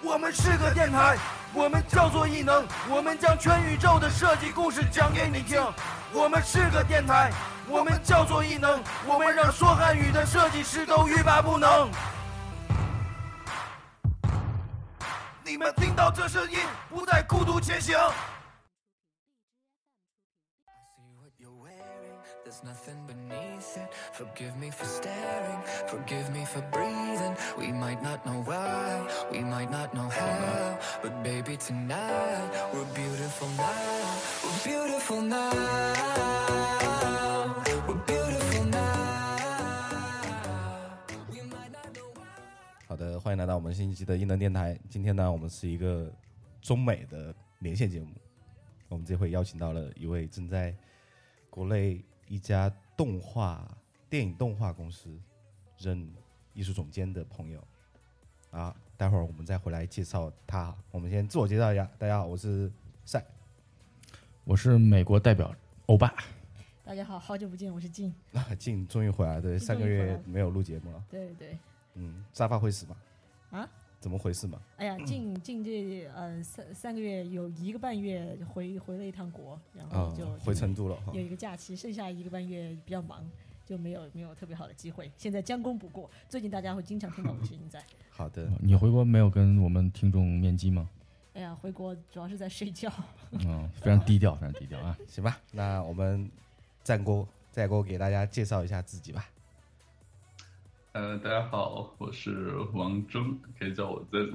我们是个电台，我们叫做异能，我们将全宇宙的设计故事讲给你听。我们是个电台，我们叫做异能，我们让说汉语的设计师都欲罢不能。你们听到这声音，不再孤独前行。 There's nothing beneath it. Forgive me for staring, forgive me for breathing. We might not know why, we might not know how, but baby tonight, we're beautiful now, we're beautiful now, we're beautiful now. We might not know why. 好的，欢迎来到我们新一期的异能电台。今天呢，我们是一个中美的连线节目。我们这回邀请到了一位正在国内一家电影动画公司任艺术总监的朋友啊，待会儿我们再回来介绍他。我们先自我介绍一下，大家好，我是赛， 我是美国代表欧巴。 大家好，好久不见，我是静。 静终于回来，对，3个月没有录节目了。 对对， 沙发会死吗？ 啊？ 怎么回事嘛？ 哎呀，静这三个月有1个半月回了一趟国，然后就回成都了， 有一个假期，剩下1个半月比较忙，就没有特别好的机会。现在将功补过，最近大家会经常听到我的声音在。 好的， 你回国没有跟我们听众面基吗？ 哎呀，回国主要是在睡觉。 非常低调，非常低调啊。 行吧，那我们再给给大家介绍一下自己吧。 大家好，我是王峥，可以叫我曾。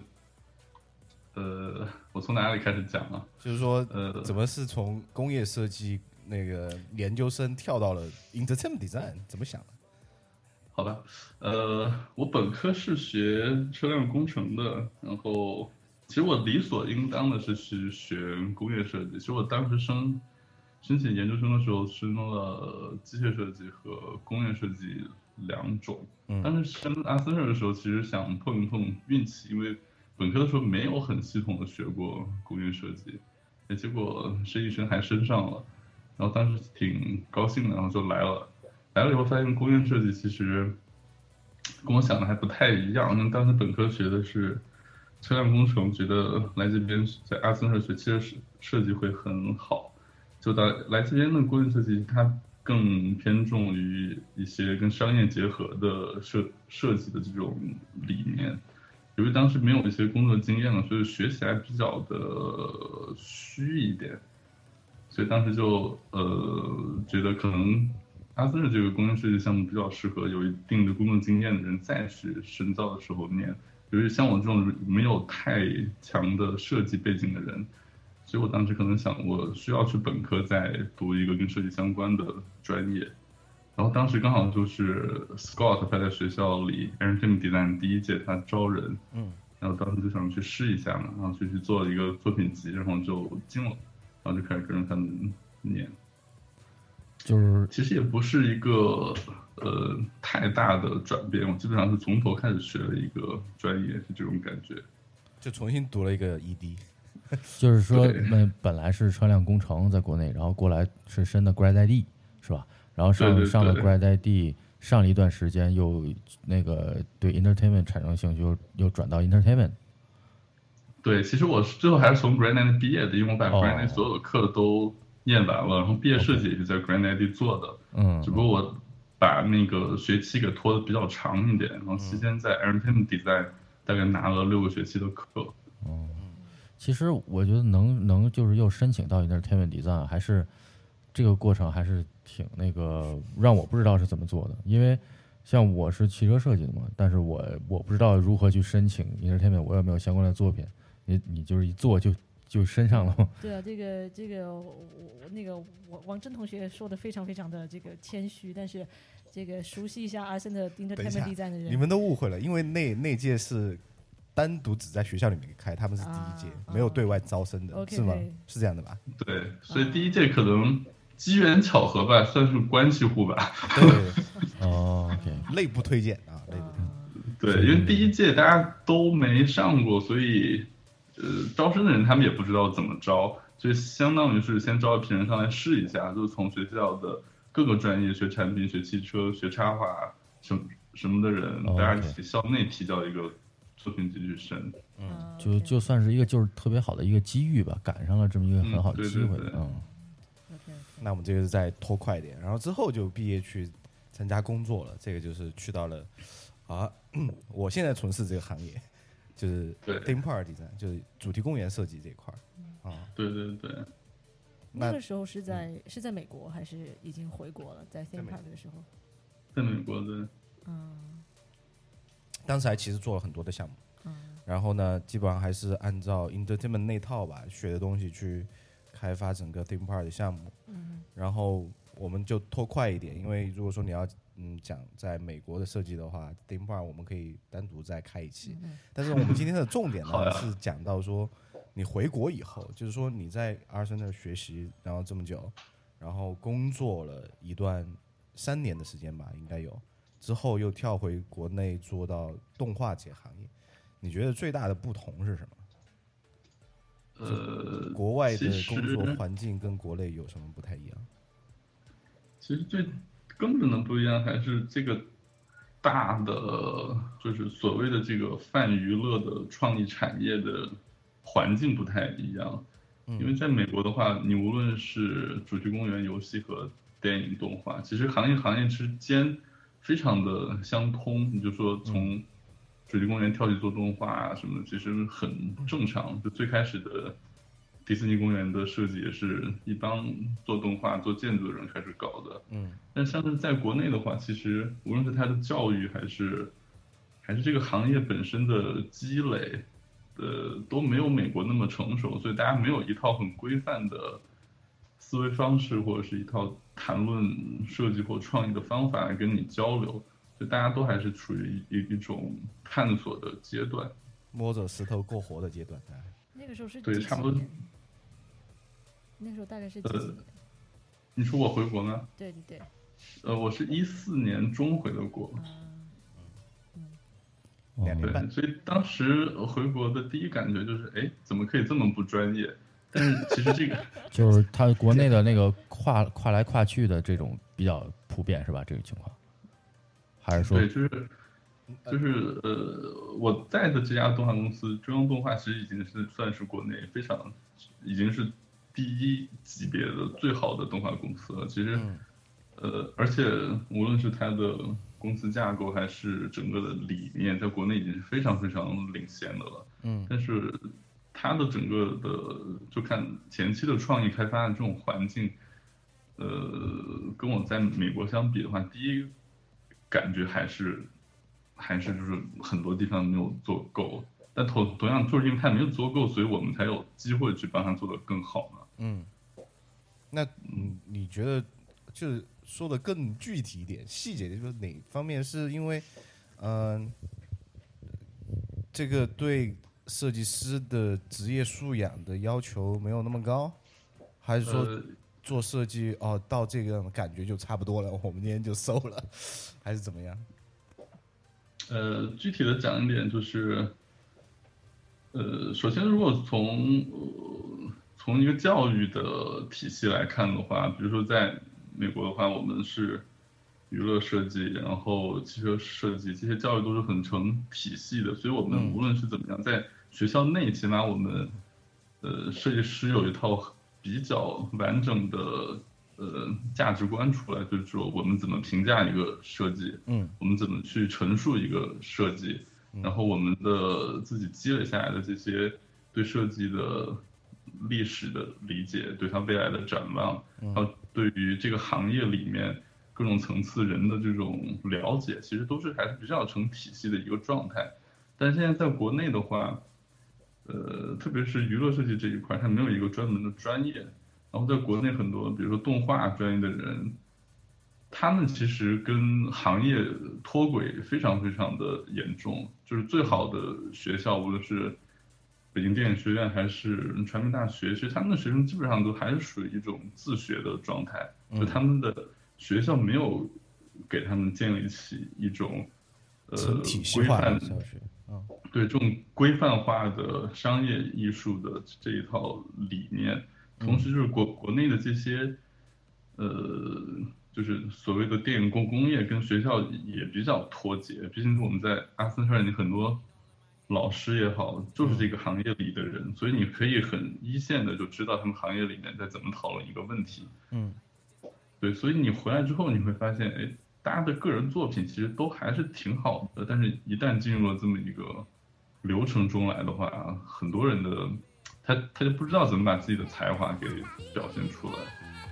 我从哪里开始讲啊？ 就是说，怎么是从工业设计那个研究生跳到了 entertainment design？ 怎么想的？ 好吧，我本科是学车辆工程的，然后其实我理所应当的是去学工业设计。其实我当时申请研究生的时候，申了机械设计和工业设计2种。但是升阿森纳的时候，其实想碰一碰运气，因为本科的时候没有很系统的学过工业设计，结果申一申还升上了，然后当时挺高兴的，然后就来了。来了以后发现工业设计其实跟我想的还不太一样，因为当时本科学的是车辆工程，觉得来这边在阿森纳学汽车设计会很好，就来这边的工业设计它更偏重于一些跟商业结合的设计的这种理念。由于当时没有一些工作经验了，所以学起来比较的虚一点，所以当时就觉得可能阿森纳这个工业设计项目比较适合有一定的工作经验的人再去深造的时候念。由于像我这种没有太强的设计背景的人，所以我当时可能想，我需要去本科再读一个跟设计相关的专业。然后当时刚好就是 Scott 他在学校里 Entertainment Design 第1届他招人，然后当时就想去试一下嘛，然后就去做了一个作品集，然后就进了，然后就开始跟着他们念。 就是其实也不是一个太大的转变，我基本上是从头开始学了一个专业，是这种感觉， 就重新读了一个 ED。 就是说，本来是车辆工程在国内，然后过来是申的 Grad ID 是吧？然后上了 Grad ID， 上了一段时间，又那个对 Entertainment 产生兴趣，又转到 Entertainment。 对，其实我最后还是从 Grad ID 毕业的，因为我把 Grad ID 所有的课都念完了，然后毕业设计也是在 Grad ID 做的。只不过我把那个学期给拖得比较长一点，然后期间在 Entertainment Design 大概拿了6个学期的课。 其实我觉得能就是又申请到 Entertainment Design， 还是这个过程还是挺那个让我不知道是怎么做的，因为像我是汽车设计的嘛，但是我不知道如何去申请 Entertainment， 我也没有相关的作品，你就是一做就申上了。 对啊，这个我王峥同学说的非常非常的这个谦虚，但是这个熟悉一下阿森的 Entertainment Design 的人， 你们都误会了，因为那届是单独只在学校里面开，他们是第1届，没有对外招生的，是吗？是这样的吧？ 对，所以第1届可能机缘巧合吧，算是关系户吧。 对 ，OK， 内部推荐啊，内部推荐。 对，因为第1届大家都没上过，所以招生的人他们也不知道怎么招，所以相当于是先招一批人上来试一下，就是从学校的各个专业，学产品、学汽车、学插画什么的人，大家一起校内提交一个作品集去申。 就算是一个就是特别好的一个机遇吧，赶上了这么一个很好的机会。 对对对那我们这个是再拖快一点，然后之后就毕业去参加工作了。这个就是去到了我现在从事这个行业，就是 theme park design，就是主题公园设计这一块对对对。 那个时候是在美国还是已经回国了？在 theme park 的时候， 在美国的。 当时还其实做了很多的项目。然后呢，基本上还是按照 entertainment 那套吧，学的东西去开发整个 theme park 的项目。然后我们就拖快一点，因为如果说你要讲在美国的设计的话 theme park 我们可以单独再开一期。但是我们今天的重点呢是讲到说，你回国以后，就是说你在阿森纳学习，然后这么久，然后工作了一段3年的时间吧，应该有，之后又跳回国内做到动画这个行业。你觉得最大的不同是什么？国外的工作环境跟国内有什么不太一样？ 其实最根本的不一样还是这个大的，就是所谓的这个泛娱乐的创意产业的环境不太一样。因为在美国的话，你无论是主题公园、游戏和电影动画，其实行业之间非常的相通。你就说从主题公园跳去做动画啊什么的，其实很正常。就最开始的迪士尼公园的设计也是一帮做动画、做建筑的人开始搞的。但像是在国内的话，其实无论是它的教育还是这个行业本身的积累，都没有美国那么成熟，所以大家没有一套很规范的思维方式，或者是一套谈论设计或创意的方法来跟你交流。就大家都还是处于一种探索的阶段， 摸着石头过河的阶段。 那个时候是对，差不多。 那个时候大概是几几年？ 你说我回国吗？ 对对对。 我是14年中回的国。 2年半。 所以当时回国的第一感觉就是，哎，怎么可以这么不专业？但是其实这个就是他国内的那个跨来跨去的这种比较普遍，是吧？这个情况。还是说对，就是我在的这家动画公司中央动画，其实已经是算是国内已经是第一级别的最好的动画公司了。其实而且无论是它的公司架构还是整个的理念，在国内已经是非常非常领先的了。但是它的整个的就看前期的创意开发的这种环境，跟我在美国相比的话，第一感觉还是就是很多地方没有做够，但同样就是因为他没有做够，所以我们才有机会去帮他做得更好呢。 那你觉得就是说的更具体一点、细节的，就是哪方面是因为这个对设计师的职业素养的要求没有那么高，还是说做设计到这个感觉就差不多了，我们今天就收了，还是怎么样？ 具体的讲一点就是，首先如果从一个教育的体系来看的话，比如说在美国的话，我们是娱乐设计，然后汽车设计，这些教育都是很成体系的，所以我们无论是怎么样，在学校内起码我们设计师有一套比较完整的价值观出来，就是说我们怎么评价一个设计，我们怎么去陈述一个设计，然后我们的自己积累下来的这些对设计的历史的理解，对它未来的展望，还有对于这个行业里面各种层次人的这种了解，其实都是还是比较成体系的一个状态。但是现在在国内的话，特别是娱乐设计这一块，它没有一个专门的专业。然后在国内很多，比如说动画专业的人，他们其实跟行业脱轨非常非常的严重。就是最好的学校，无论是北京电影学院还是传媒大学，其实他们的学生基本上都还是属于一种自学的状态，就他们的学校没有给他们建立起一种规范的教学。 对这种规范化的商业艺术的这一套理念。同时就是国内的这些就是所谓的电影工业跟学校也比较脱节，毕竟我们在阿森纳里很多老师也好，就是这个行业里的人，所以你可以很一线的就知道他们行业里面在怎么讨论一个问题。对，所以你回来之后你会发现，哎，大家的个人作品其实都还是挺好的，但是一旦进入了这么一个流程中来的话，很多人的他就不知道怎么把自己的才华给表现出来。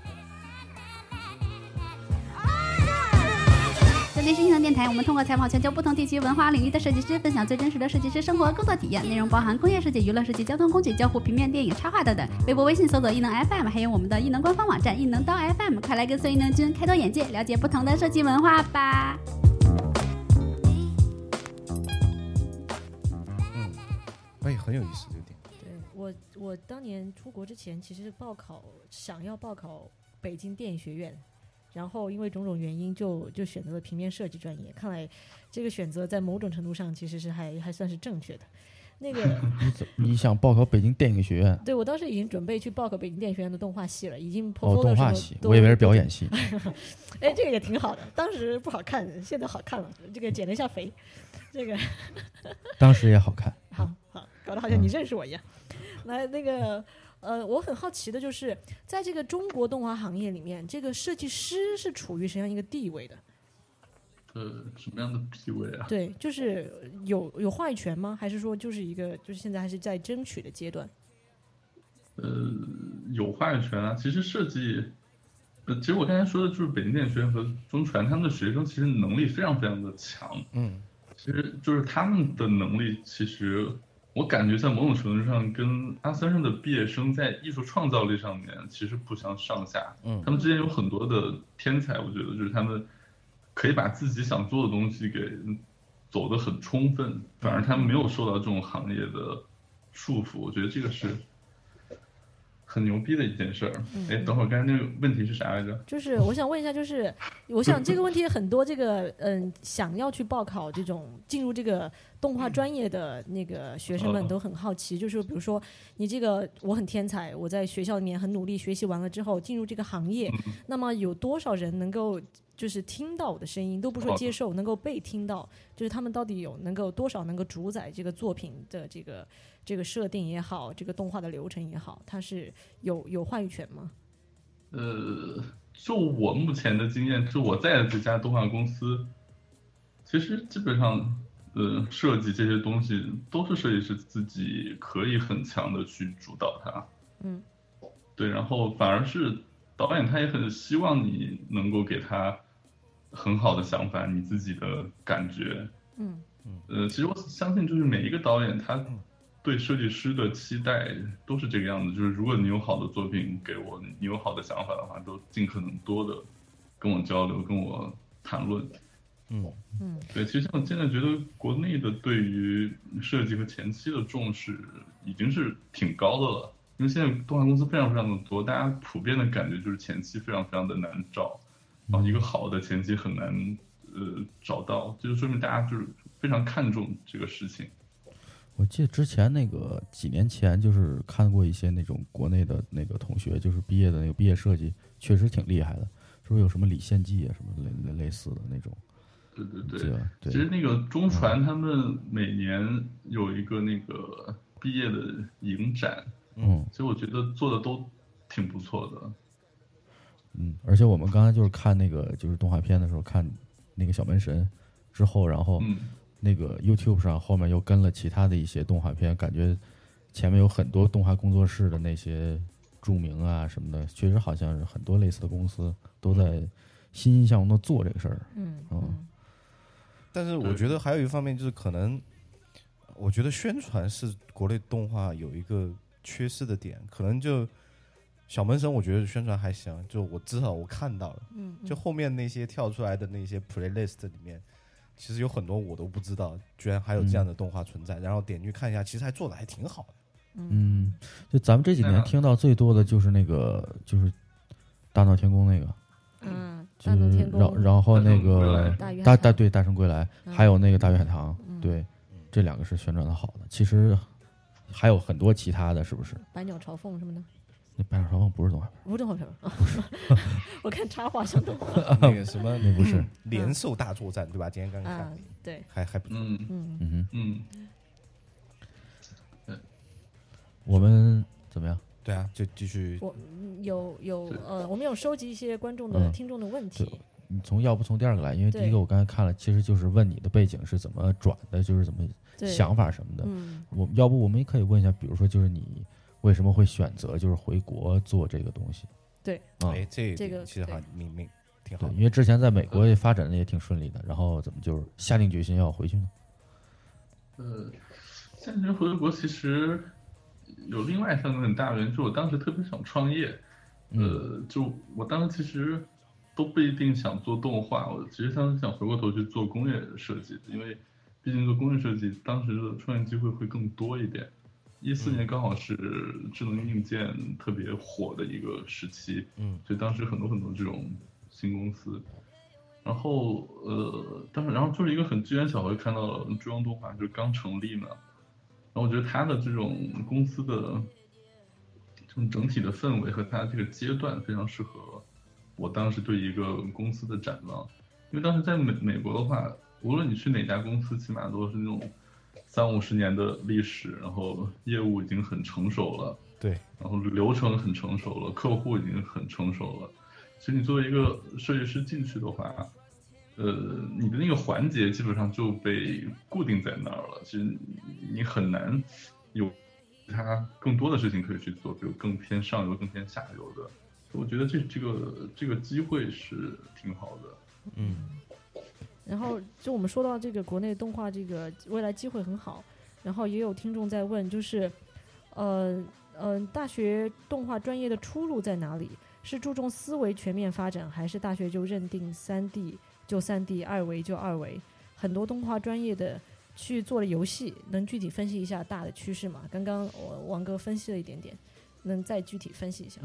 这里是艺能电台，我们通过采访全球不同地区文化领域的设计师，分享最真实的设计师生活工作体验，内容包含工业设计、娱乐设计、交通工具、交互、平面、电影、插画等等。微博、微信搜索艺能 FM， 还有我们的艺能官方网站艺能刀 FM， 快来跟随艺能君开拓眼界，了解不同的设计文化吧。 哎，很有意思这个点。 对，我当年出国之前，其实是想要报考北京电影学院。然后因为种种原因就选择了平面设计专业，看来这个选择在某种程度上其实是还算是正确的。那个你想报考北京电影学院？ 对，我当时已经准备去报考北京电影学院的动画系了，已经动画系，我以为是表演系。 哎，这个也挺好的，当时不好看，现在好看了，这个减了一下肥，这个当时也好看。 好，搞得好像你认识我一样。来，那个。我很好奇的就是，在这个中国动画行业里面，这个设计师是处于什么样一个地位的？ 什么样的地位啊？ 对，就是有话语权吗？还是说就是现在还是在争取的阶段？ 有话语权啊。其实设计，其实我刚才说的就是北京电影学院和中传他们的学生其实能力非常非常的强。其实就是他们的能力其实。我感觉在某种程度上跟阿三上的毕业生在艺术创造力上面其实不相上下。他们之间有很多的天才，我觉得就是他们可以把自己想做的东西给走得很充分，反而他们没有受到这种行业的束缚，我觉得这个是很牛逼的一件事儿。哎，等会儿刚才那个问题是啥来着？ 就是我想问一下，就是我想这个问题很多这个想要去报考这种进入这个动画专业的那个学生们都很好奇，就是比如说你这个我很天才，我在学校里面很努力学习完了之后进入这个行业，那么有多少人能够就是听到我的声音，都不说接受，能够被听到，就是他们到底能够多少能够主宰这个作品的这个设定也好，这个动画的流程也好，它是有话语权吗？ 就我目前的经验，就我在的这家动画公司，其实基本上，设计这些东西都是设计师自己可以很强的去主导它。对，然后反而是导演他也很希望你能够给他很好的想法，你自己的感觉。其实我相信，就是每一个导演他对设计师的期待都是这个样子，就是如果你有好的作品给我，你有好的想法的话，都尽可能多的跟我交流，跟我谈论。对，其实我现在觉得国内的对于设计和前期的重视已经是挺高的了，因为现在动画公司非常非常的多，大家普遍的感觉就是前期非常非常的难找，然后一个好的前期很难找到，就是说明大家就是非常看重这个事情。 我记得之前那个几年前就是看过一些那种国内的那个同学，就是毕业的那个毕业设计，确实挺厉害的，是不是有什么李献计啊什么类似的那种？ 对，其实那个中传他们每年有一个那个毕业的影展，其实我觉得做的都挺不错的。 而且我们刚才就是看那个就是动画片的时候，看那个小门神之后，然后那个 YouTube 上后面又跟了其他的一些动画片，感觉前面有很多动画工作室的那些著名啊什么的，确实好像是很多类似的公司都在欣欣向荣的做这个事儿。 但是我觉得还有一方面就是可能，我觉得宣传是国内动画有一个缺失的点，可能就小门神我觉得宣传还行，就我至少我看到了，就后面那些跳出来的那些 playlist 里面，其实有很多我都不知道，居然还有这样的动画存在，然后点进去看一下，其实还做的还挺好的。 就咱们这几年听到最多的就是那个就是大闹天宫那个。 大闹天宫， 然后那个大圣归来，还有那个大鱼海棠，对，这两个是宣传的好的。其实还有很多其他的，是不是？ 百鸟朝凤什么的。 那百鸟朝凤不是动画片， 不是动画片，不是。我看插画像动画。 那个什么， 那不是联兽大作战，对吧？今天刚看， 对， 还不错。 我们怎么样？ 对啊，就继续。 我我们有收集一些观众的、听众的问题。 你要不从第二个来，因为第一对个我刚才看了，其实就是问你的背景是怎么转的，就是怎么对想法什么的。要不我们也可以问一下，比如说就是你为什么会选择就是回国做这个东西？ 对， 哎，这个其实还挺好的。 对，因为之前在美国也发展的也挺顺利的，然后怎么就是下定决心要回去呢？ 下定决心回国其实有另外三个很大的原因，就是我当时特别想创业。就我当时其实都不一定想做动画，我其实当时想回过头去做工业设计，因为毕竟做工业设计当时的创业机会会更多一点。14年刚好是智能硬件特别火的一个时期，所以当时很多这种新公司，然后然后就是一个很机缘巧合看到了中央动画就刚成立嘛，然后我觉得它的这种公司的这种整体的氛围和它这个阶段非常适合我当时对一个公司的展望，因为当时在美国的话，无论你去哪家公司，起码都是那种30-50年的历史，然后业务已经很成熟了， 对， 然后流程很成熟了，客户已经很成熟了。其实你作为一个设计师进去的话，你的那个环节基本上就被固定在那儿了。其实你很难有它更多的事情可以去做，比如更偏上游、更偏下游的。我觉得这个机会是挺好的。 然后就我们说到这个国内动画这个未来机会很好，然后也有听众在问，就是大学动画专业的出路在哪里？是注重思维全面发展，还是大学就认定3D 就3D， 二维就二维？很多动画专业的去做了游戏，能具体分析一下大的趋势吗？刚刚王哥分析了一点点，能再具体分析一下？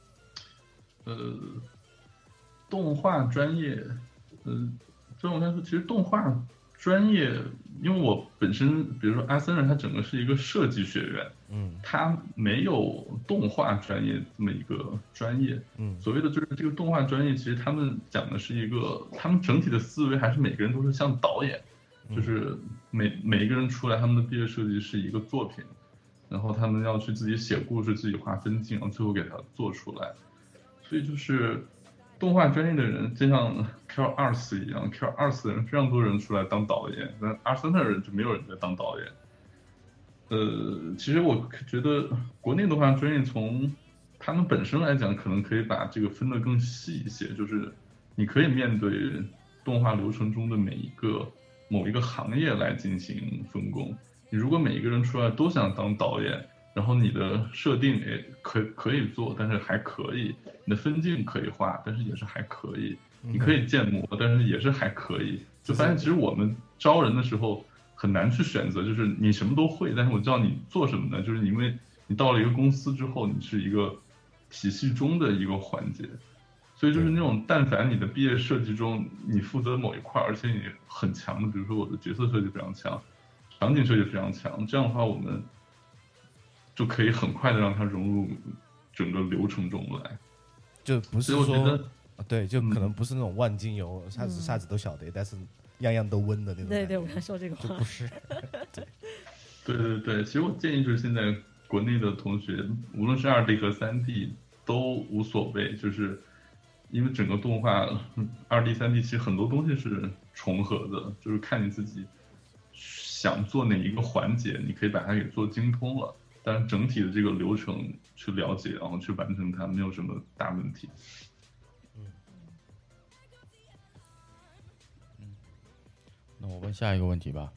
动画专业，就我刚才说，其实动画专业，因为我本身，比如说阿森纳，它整个是一个设计学院，它没有动画专业这么一个专业，所谓的就是这个动画专业，其实他们讲的是一个，他们整体的思维还是每个人都是像导演，就是每一个人出来，他们的毕业设计是一个作品，然后他们要去自己写故事，自己画分镜，然后最后给它做出来，所以就是动画专业的人，就像 Q 24一样 ，Q 24的人非常多人出来当导演，但阿森纳的人就没有人在当导演。其实我觉得国内动画专业从他们本身来讲，可能可以把这个分得更细一些，就是你可以面对动画流程中的某一个行业来进行分工。你如果每一个人出来都想当导演，然后你的设定也可以做，但是还可以，你的分镜可以画，但是也是还可以，你可以建模，但是也是还可以。就发现其实我们招人的时候很难去选择，就是你什么都会，但是我叫你做什么呢？就是因为你到了一个公司之后，你是一个体系中的一个环节，所以就是那种但凡你的毕业设计中你负责某一块，而且你很强的，比如说我的角色设计非常强，场景设计非常强，这样的话我们就可以很快的让它融入整个流程中来， 就不是说所以我觉得对，就可能不是那种万金油，啥子都晓得，但是样样都温的那种。 对对，我刚说这个话， 就不是。 对，其实我建议就是现在国内的同学，无论是2D 和3D 都无所谓，就是因为整个动画2D、3D 其实很多东西是重合的，就是看你自己想做哪一个环节，你可以把它给做精通了。但是整体的这个流程去了解，然后去完成它，没有什么大问题。 那我问下一个问题吧。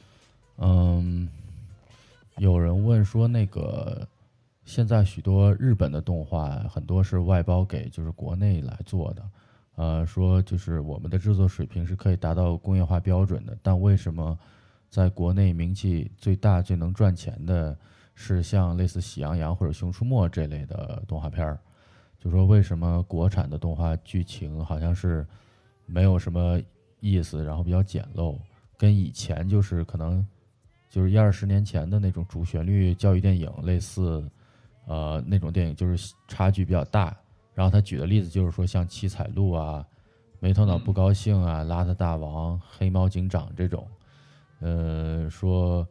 有人问说，那个现在许多日本的动画很多是外包给就是国内来做的，说就是我们的制作水平是可以达到工业化标准的，但为什么在国内名气最大、最能赚钱的是像类似《喜羊羊》或者《熊出没》这类的动画片儿？就说为什么国产的动画剧情好像是没有什么意思，然后比较简陋，跟以前就是可能就是10-20年前的那种主旋律教育电影类似，那种电影就是差距比较大。然后他举的例子就是说像《七彩鹿》啊、《没头脑不高兴》啊、《邋遢大王》、《黑猫警长》这种，说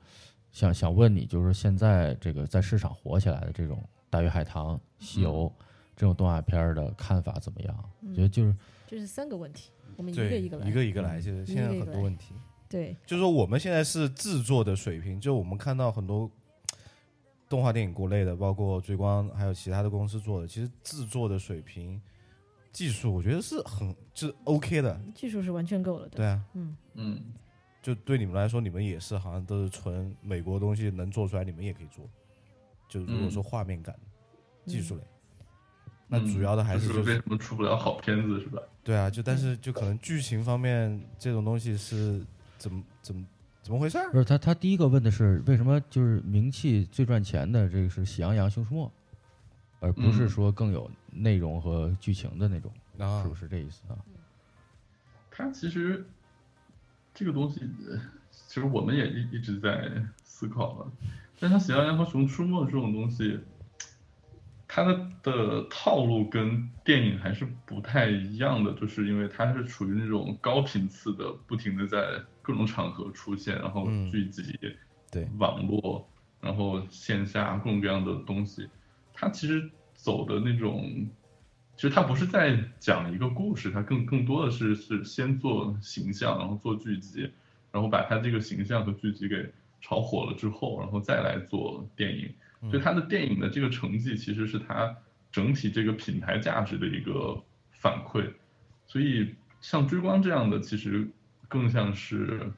想问你，就是说现在这个在市场火起来的这种《大鱼海棠》《西游》这种动画片的看法怎么样？我觉得就是这是3个问题，我们一对， 个一个来， 一个一个来，就是现在有很多问题。 对， 就是说我们现在是制作的水平，就我们看到很多动画电影国内的，包括追光还有其他的公司做的，其实制作的水平、技术，我觉得是就是 OK 的。 技术是完全够了的。 对啊，就对你们来说，你们也是好像都是纯美国东西能做出来，你们也可以做。就如果说画面感、技术类，那主要的还是为什么出不了好片子是吧？ 对啊，但是就可能剧情方面这种东西是怎么回事？ 不是他第一个问的是为什么就是名气最赚钱的这个是《喜羊羊熊出没》，而不是说更有内容和剧情的那种，是不是这意思啊？ 它其实这个东西，其实我们也一直在思考了，但像《喜羊羊和熊出没》这种东西，它的套路跟电影还是不太一样的，就是因为它是处于那种高频次的，不停的在各种场合出现，然后聚集， 对网络，然后线下各种各样的东西，它其实走的那种，其实它不是在讲一个故事，它更多的是先做形象，然后做剧集，然后把它这个形象和剧集给炒火了之后，然后再来做电影。所以它的电影的这个成绩其实是它整体这个品牌价值的一个反馈。所以像追光这样的，其实更像是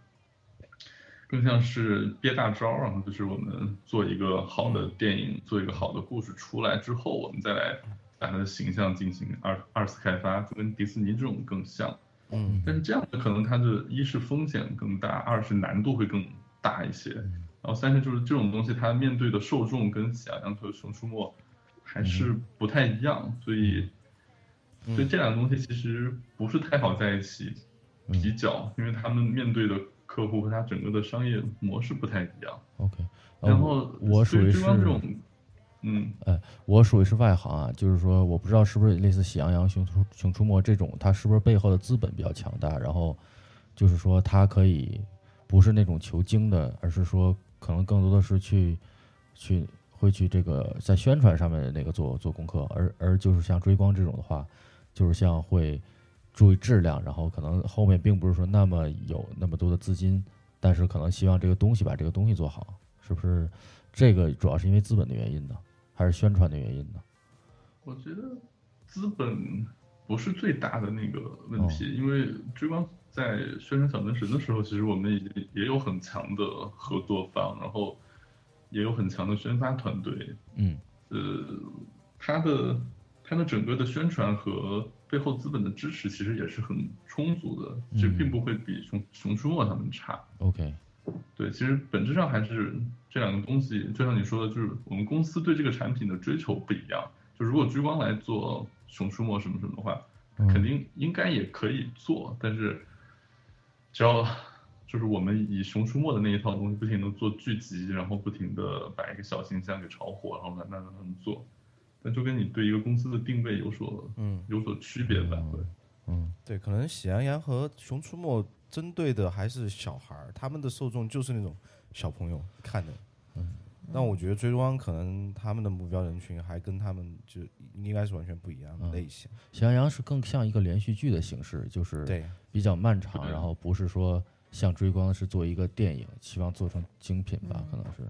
憋大招，然后就是我们做一个好的电影，做一个好的故事出来之后，我们再来把它的形象进行二次开发，就跟迪士尼这种更像。但是这样的可能它的一是风险更大，二是难度会更大一些，然后三是就是这种东西它面对的受众跟喜羊羊和熊出没还是不太一样，所以这两个东西其实不是太好在一起比较，因为他们面对的客户和他整个的商业模式不太一样。 OK， 然后我属于是这种， 我属于是外行啊，就是说我不知道是不是类似喜羊羊、熊出没这种，它是不是背后的资本比较强大，然后就是说它可以不是那种求精的，而是说可能更多的是会去这个在宣传上面的那个做功课，而就是像追光这种的话，就是像会注意质量，然后可能后面并不是说那么有那么多的资金，但是可能希望这个东西把这个东西做好，是不是？这个主要是因为资本的原因呢，还是宣传的原因呢？ 我觉得资本不是最大的那个问题，因为追光在宣传小灯神的时候，其实我们也有很强的合作方，然后也有很强的宣发团队。它的整个的宣传和背后资本的支持其实也是很充足的，其实并不会比熊出没他们差。 OK， 对，其实本质上还是这两个东西，就像你说的，就是我们公司对这个产品的追求不一样。就如果追光来做熊出没什么的话，肯定应该也可以做，但是只要就是我们以熊出没的那一套东西不停的做剧集，然后不停的把一个小形象给炒火，然后慢慢让他们做，但就跟你对一个公司的定位有所区别吧。 对，可能喜羊羊和熊出没针对的还是小孩，他们的受众就是那种小朋友看的。但我觉得追光可能他们的目标人群还跟他们就应该是完全不一样的类型。 喜羊羊是更像一个连续剧的形式，就是比较漫长，然后不是说像追光是做一个电影，希望做成精品吧，可能是。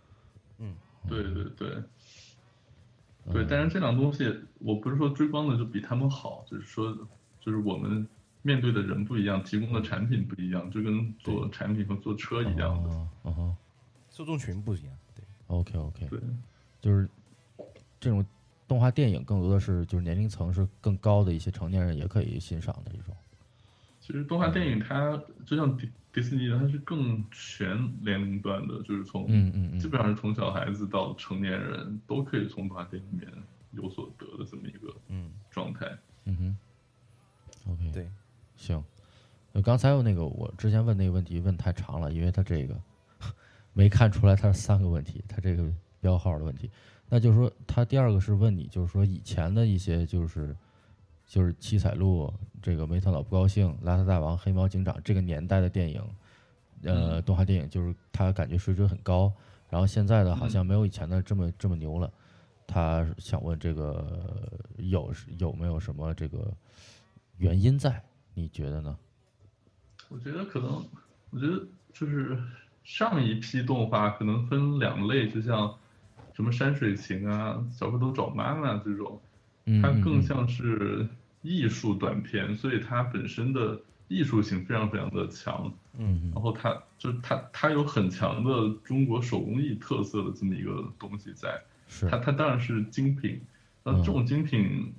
对，但是这两东西，我不是说追光的就比他们好，就是说，就是我们面对的人不一样，提供的产品不一样，就跟做产品和做车一样的。 受众群不一样。对 ，OK， 对， 就是这种动画电影更多的是就是年龄层是更高的一些成年人也可以欣赏的一种。 其实动画电影它就像迪士尼的，它是更全年龄段的，就是从基本上是从小孩子到成年人都可以从动画电影里面有所得的这么一个状态。 OK， 对， 行。刚才有那个我之前问那个问题问太长了，因为他这个没看出来他是3个问题，他这个标号的问题。那就是说他第2个是问你，就是说以前的一些就是七彩鹿，这个没头脑不高兴，邋遢大王，黑猫警长这个年代的电影， 动画电影，就是他感觉水准很高，然后现在的好像没有以前的这么牛了。他想问这个有没有什么这个原因在？你觉得呢？ 我觉得就是上一批动画可能分两类，就像什么山水情啊、小蝌蚪找妈妈这种，它更像是艺术短片，所以它本身的艺术性非常非常的强。然后它有很强的中国手工艺特色的这么一个东西在。 是它当然是精品，那这种精品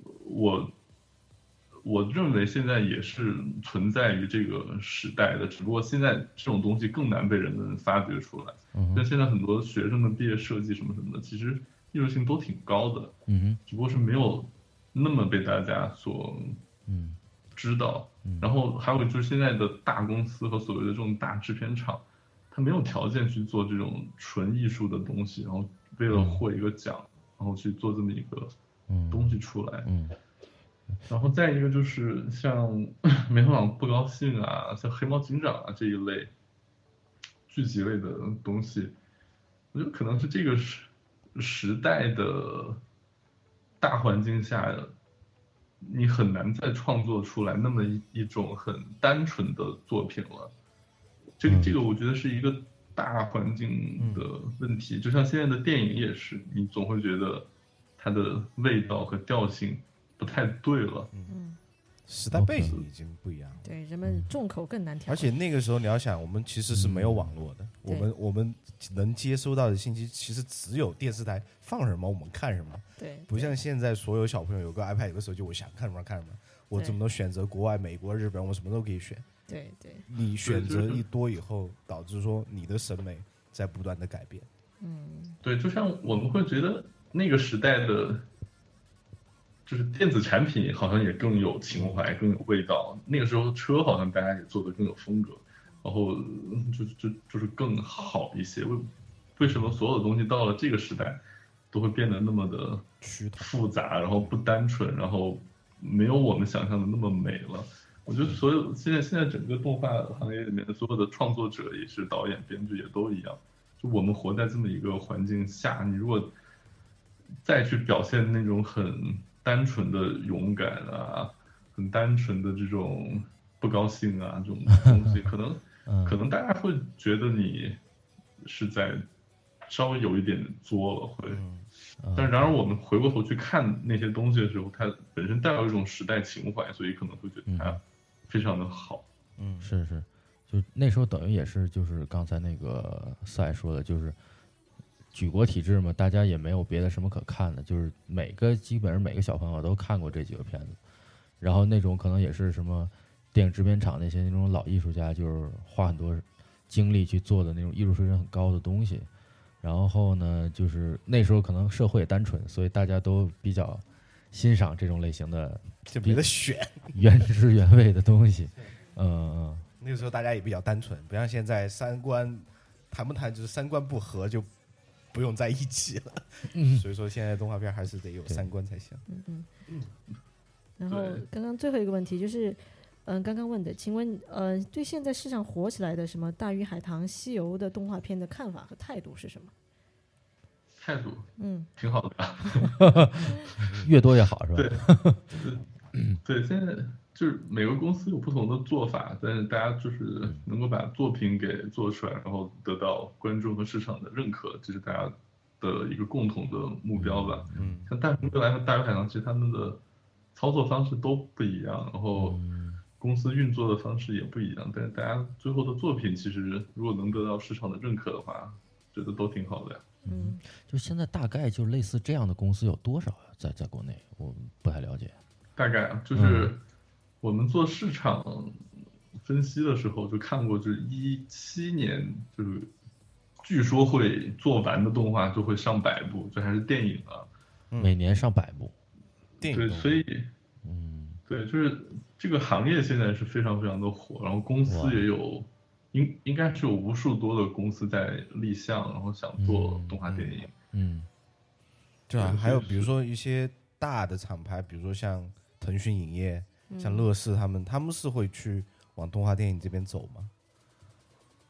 我认为现在也是存在于这个时代的，只不过现在这种东西更难被人们发掘出来。像现在很多学生的毕业设计什么什么的，其实艺术性都挺高的，只不过是没有那么被大家所知道。然后还有就是现在的大公司和所谓的这种大制片厂，他没有条件去做这种纯艺术的东西，然后为了获一个奖，然后去做这么一个东西出来。然后再一个就是像美头党不高兴啊，像黑猫警长啊这一类剧集类的东西，我觉得可能是这个时代的大环境下，你很难再创作出来那么一种很单纯的作品了。这个我觉得是一个大环境的问题，就像现在的电影也是，你总会觉得它的味道和调性不太对了。 时代背景已经不一样了。 对，人们众口更难调。 而且那个时候你要想，我们其实是没有网络的，我们能接收到的信息其实只有电视台放什么我们看什么。 对， 不像现在所有小朋友有个 iPad 有个手机，我想看什么看什么，我怎么能选择国外美国日本，我什么都可以选。 对对， 你选择一多以后，导致说你的审美在不断的改变。 对，就像我们会觉得那个时代的就是电子产品好像也更有情怀，更有味道。那个时候车好像大家也做得更有风格，然后就是更好一些。为什么所有的东西到了这个时代都会变得那么的复杂，然后不单纯，然后没有我们想象的那么美了？我觉得所有现在整个动画行业里面的所有的创作者也是导演、编剧也都一样，就我们活在这么一个环境下，你如果再去表现那种很单纯的勇敢啊，很单纯的这种不高兴啊，这种东西，可能大家会觉得你是在稍微有一点作了，会。但然而我们回过头去看那些东西的时候，它本身带有一种时代情怀，所以可能会觉得它非常的好。 是，就那时候等于也是就是刚才那个赛说的，就是举国体制嘛，大家也没有别的什么可看的，就是基本上每个小朋友都看过这几个片子，然后那种可能也是什么电影制片厂那些那种老艺术家，就是花很多精力去做的那种艺术水准很高的东西。然后呢，就是那时候可能社会也单纯，所以大家都比较欣赏这种类型的， 就没得选， 原汁原味的东西。 那个时候大家也比较单纯，不像现在三观谈不谈，就是三观不合就不用在一起了。所以说现在动画片还是得有三观才行。 然后刚刚最后一个问题就是，刚刚问的，请问对现在市场火起来的什么《大鱼海棠》《西游》的动画片的看法和态度是什么？ 态度，挺好的吧？ 越多越好，是吧？ 对，现在就是每个公司有不同的做法，但是大家就是能够把作品给做出来，然后得到观众和市场的认可，这是大家的一个共同的目标吧。像大鱼未来和大鱼海棠，其实他们的操作方式都不一样，然后公司运作的方式也不一样，但是大家最后的作品其实如果能得到市场的认可的话，觉得都挺好的呀。 就现在大概就类似这样的公司有多少啊？在国内我不太了解。 大概就是我们做市场分析的时候就看过，就是17年就是据说会做完的动画就会上100部，这还是电影啊， 每年上100部电影。 对，所以对，就是这个行业现在是非常非常的火，然后公司也有应该是有无数多的公司在立项，然后想做动画电影。 对啊，还有比如说一些大的厂牌，比如说像腾讯影业、像乐视他们是会去往动画电影这边走吗？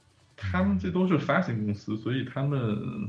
他们这都是发行公司，所以他们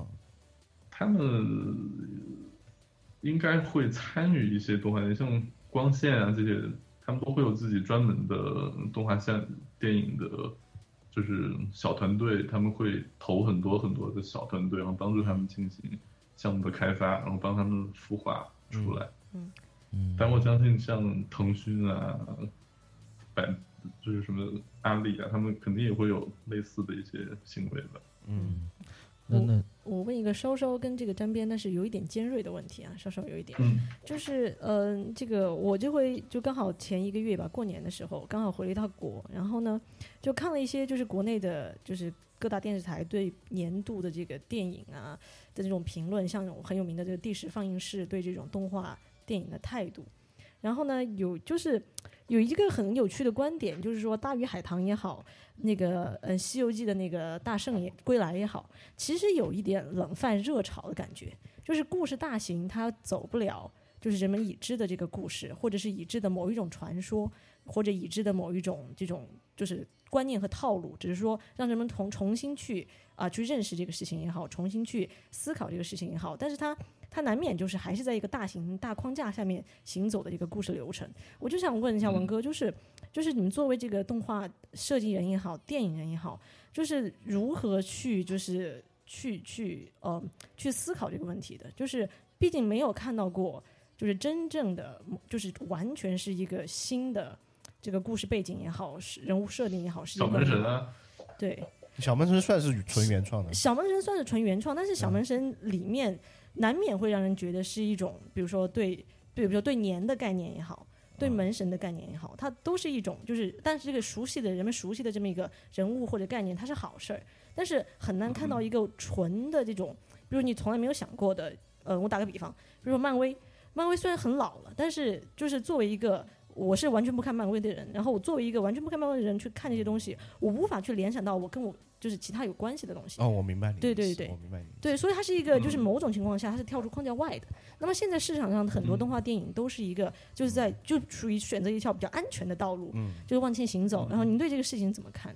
应该会参与一些动画电影，像光线啊这些，他们都会有自己专门的动画电影的，就是小团队，他们会投很多很多的小团队，然后帮助他们进行项目的开发，然后帮他们孵化出来。但我相信像腾讯啊、就是什么阿里啊，他们肯定也会有类似的一些行为的。 我问一个稍稍跟这个沾边，但是有一点尖锐的问题啊，稍稍有一点，就是这个我这回就刚好前1个月吧，过年的时候刚好回了一趟国，然后呢就看了一些就是国内的，就是各大电视台对年度的这个电影啊的这种评论，像很有名的这个第10放映室对这种动画电影的态度。然后呢，有一个很有趣的观点，就是说《大鱼海棠》也好，那个《西游记》的那个大圣归来也好，其实有一点冷饭热炒的感觉，就是故事大型它走不了，就是人们已知的这个故事，或者是已知的某一种传说，或者已知的某一种这种就是观念和套路，只是说让人们重新去去认识这个事情也好，重新去思考这个事情也好，但是它难免就是还是在一个大型大框架下面行走的一个故事流程。我就想问一下文哥，就是你们作为这个动画设计人也好，电影人也好，就是如何去就是去思考这个问题的？就是毕竟没有看到过，就是真正的就是完全是一个新的这个故事背景也好，人物设定也好，是小门神啊， 对， 小门神算是纯原创的， 小门神算是纯原创，但是小门神里面难免会让人觉得是一种，比如说对年的概念也好，对门神的概念也好，它都是一种就是，但是这个人们熟悉的这么一个人物或者概念，它是好事儿，但是很难看到一个纯的这种，比如你从来没有想过的，我打个比方，比如说漫威虽然很老了，但是就是作为一个我是完全不看漫威的人，然后我作为一个完全不看漫威的人去看这些东西，我无法去联想到我跟我就是其他有关系的东西。 我明白你。 对， 我明白你。 对，所以它是一个就是某种情况下它是跳出框架外的。那么现在市场上很多动画电影都是一个就属于选择一条比较安全的道路，就是往前行走。然后您对这个事情怎么看？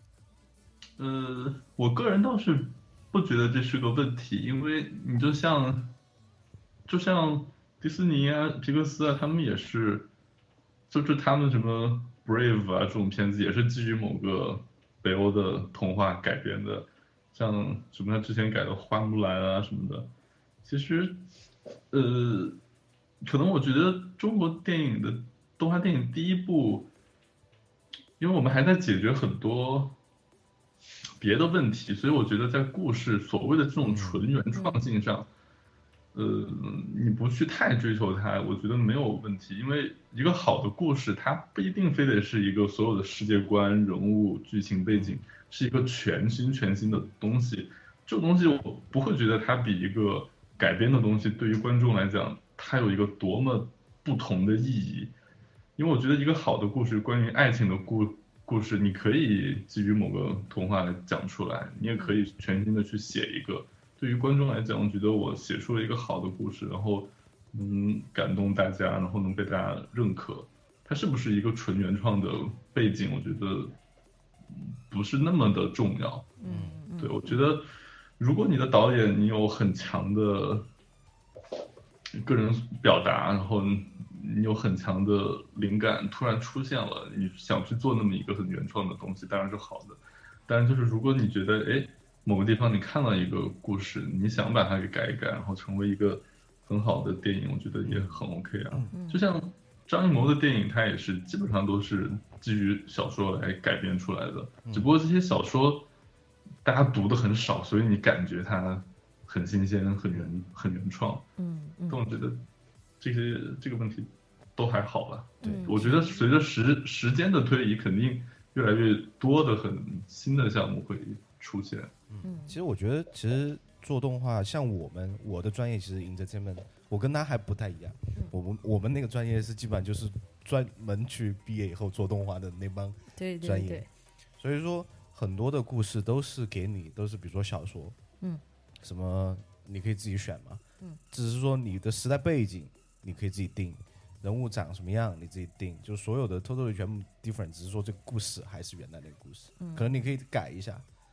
我个人倒是不觉得这是个问题，因为你就像迪士尼啊、皮克斯啊，他们也是，就是他们什么 Brave 啊这种片子也是基于某个北欧的童话改编的，像什么他之前改的花木兰啊什么的。其实，可能我觉得中国电影的动画电影第一部，因为我们还在解决很多别的问题，所以我觉得在故事所谓的这种纯原创性上，你不去太追求它，我觉得没有问题。因为一个好的故事，它不一定非得是一个所有的世界观、人物、剧情背景是一个全新的东西。这种东西我不会觉得它比一个改编的东西对于观众来讲，它有一个多么不同的意义。因为我觉得一个好的故事，关于爱情的故事，你可以基于某个童话来讲出来，你也可以全新的去写一个。对于观众来讲，我觉得我写出了一个好的故事，然后能感动大家，然后能被大家认可。它是不是一个纯原创的背景，我觉得不是那么的重要。对，我觉得如果你的导演你有很强的个人表达，然后你有很强的灵感突然出现了，你想去做那么一个很原创的东西，当然是好的。当然就是如果你觉得某个地方你看到一个故事，你想把它给改一改，然后成为一个很好的电影，我觉得也很 OK 啊。就像张艺谋的电影，他也是基本上都是基于小说来改编出来的，只不过这些小说大家读的很少，所以你感觉它很新鲜、很原创。但我觉得这个问题都还好吧。对，我觉得随着时间的推移，肯定越来越多的很新的项目会出现。 其实我觉得，其实做动画，像我的专业其实 entertainment， 我跟他还不太一样。我们那个专业是基本上就是专门去毕业以后做动画的那帮专业。对，所以说很多的故事都是给你，都是比如说小说，什么你可以自己选嘛，只是说你的时代背景你可以自己定，人物长什么样你自己定，就所有的 totally 全部 different， 只是说这个故事还是原来那个故事，可能你可以改一下。